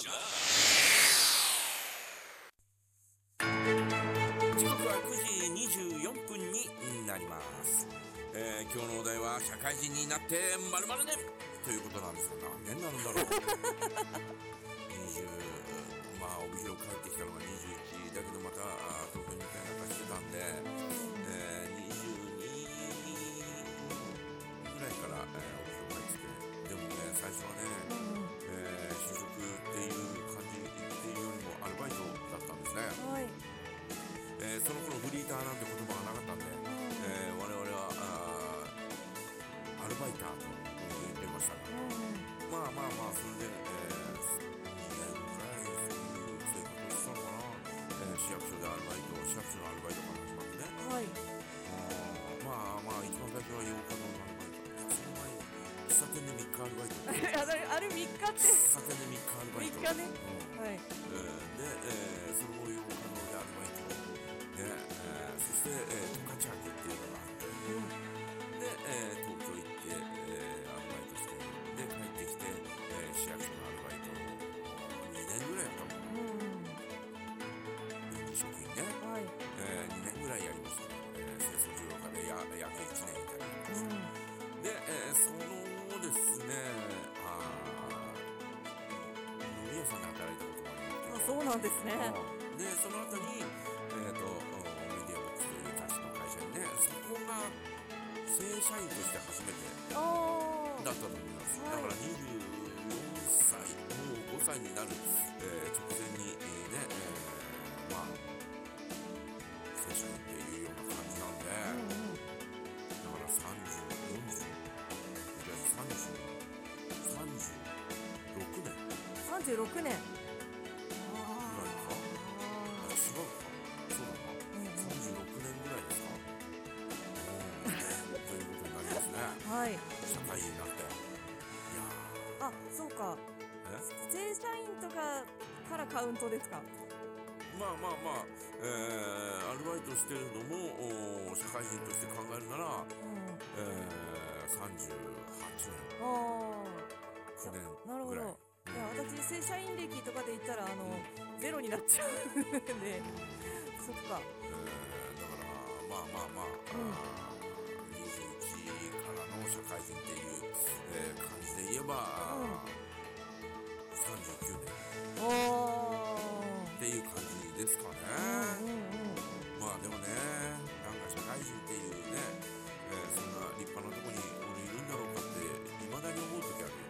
時刻は9時24分になります。今日のお題は社会人になって〇〇年ということなんですが、何年になるんだろう。まあ帯広帰ってきたのが21だけど、また東京に行ったりなんかしてたんで、22ぐらいから帯広帰ってきて、でもね、最初はね、就職っていう感じっていうよりもアルバイトだったんですね。 はい。 その頃フリーターなんて言葉がなかったんで、我々はアルバイターと言ってましたが、まあそれで、2年ぐらいそういう生活をしたのかな。市役所でアルバイト、市役所のアルバイトから始まってね。 はい。 まあ一番最初は8日のアルバイト。いや、その前に喫茶店で3日アルバイト。 あれ3日って。 喫茶店で3日アルバイト。 3日ね。はい。 で、その後8日のでアルバイトで、そして、十勝博っていうのがあって、で、東京行って、アルバイトして、で帰ってきて、市役所のアルバイトを2年ぐらいやったもん。臨時職員ね、 はい。 2年ぐらいやりましたね。清掃事業課で約1年いたりなんかして、で、そのですね、飲み屋さんで働いたこともありますけど、 そうなんですね。 で、その後に、メディアボックスという雑誌の会社にね、そこが正社員として初めてだったと思います。だから24歳、もう5歳になる、直前に、まあ、正社員っていうような感じなんで、だから30、40、36年 36年。 ぐらいか。違うか。そうだな。36年ぐらいですか。ということになりますね。 はい。 社会人になって。いやそうか。 ー。 正社員とかからカウントですか。 まあ、アルバイトしてるのも社会人として考えるなら、38年、9年なるほぐらい。 ど。いや、私正社員歴とかで言ったらゼロになっちゃうんで、そっか。 だから21からの社会人っていう、感じで言えば、39年っていう感じですかね。まあでもね、なんか社会人っていうね、そんな立派なとこに俺いるんだろうかって未だに思う時あるよ。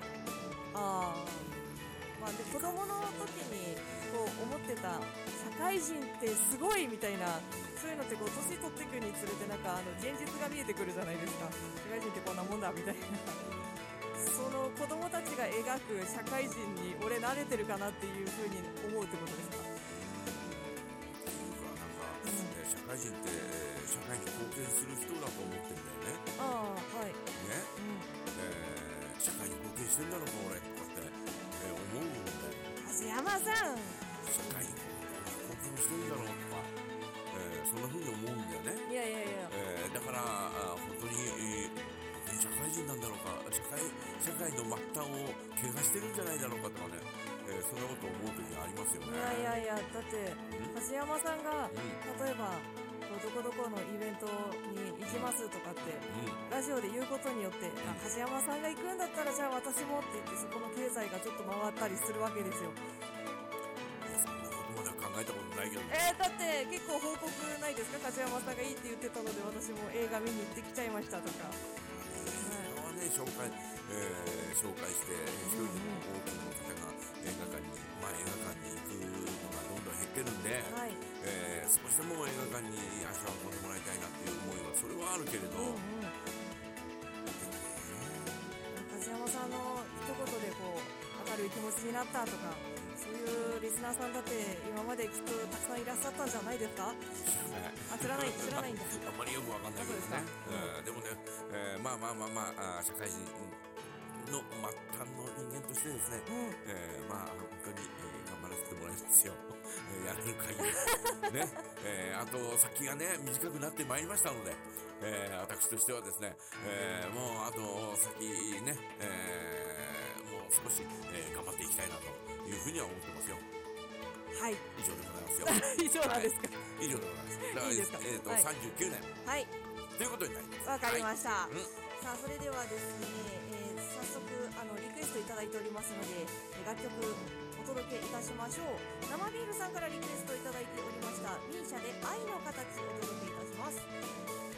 まあで子供の時にこう思ってた社会人ってすごいみたいな、そういうのってこう年取っていくにつれてなんか現実が見えてくるじゃないですか。社会人ってこんなもんだみたいな。その子供たちが描く社会人に俺慣れてるかなっていう風に思うってことですか。 っていうかなんか、社会人って社会に貢献する人だと思ってるんだよね。 はい。 ね、社会に貢献してんだろうか俺とかって、思うんだよ。 梶山さん。 社会に貢献してるんだろうとか、そんな風に思うんだよね。 いや。 だから本当に、社会人なんだろうか、社会の末端を怪我してるんじゃないだろうかとかね、そんなこと思う時がありますよね。 いや、だって梶山さんが例えばどこどこのイベントに行きますとかってラジオで言うことによって、梶山さんが行くんだったらじゃあ私もって言って、そこの経済がちょっと回ったりするわけですよ。 いや、そんなことまでは考えたことないけどね。 だって結構報告ないですか。梶山さんがいいって言ってたので私も映画見に行ってきちゃいましたとか。 紹介して一人でも多くの方が映画館に行くのがどんどん減ってるんで、少しでも映画館に足を運んでもらいたいなっていう思いはそれはあるけれど、 梶山さんの一言でこう明るい気持ちになったとか、そういうリスナーさんだって今まできっとたくさんいらっしゃったんじゃないですか。知らないんだ。 あんまりよくわかんないけどね。でもね、社会人の末端の人間としてですね、本当に、頑張らせてもらいますよ。やれる限りね、あと先がね短くなってまいりましたので、私としてはですね、もうあと先ね、もう少し、頑張っていきたいなというふうには思ってますよ。 はい。 以上でございますよ。 以上なんですか。 以上でございます。だからいいですか。 39年はい。 ということになります。 わかりました。 うん。 さあそれではですね、早速リクエストいただいておりますので、楽曲お届けいたしましょう。生ビールさんからリクエストいただいておりましたミーシャで愛の形をお届けいたします。